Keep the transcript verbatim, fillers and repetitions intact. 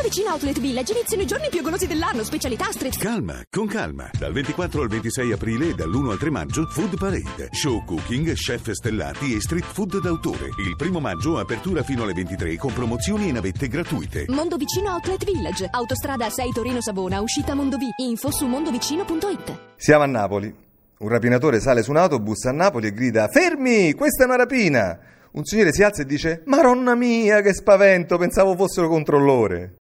Vicino Outlet Village iniziano i giorni più golosi dell'anno, specialità street. Calma, con calma. Dal ventiquattro al ventisei aprile e dall'primo al tre maggio, Food Parade. Show cooking, chef stellati e street food d'autore. Il primo maggio apertura fino alle ventitré con promozioni e navette gratuite. Mondovicino Outlet Village, autostrada sei Torino Savona, uscita Mondovì. Info su mondovicino punto it. Siamo a Napoli. Un rapinatore sale su un autobus a Napoli e grida: fermi, questa è una rapina. Un signore si alza e dice: Maronna mia, che spavento, pensavo fossero controllore.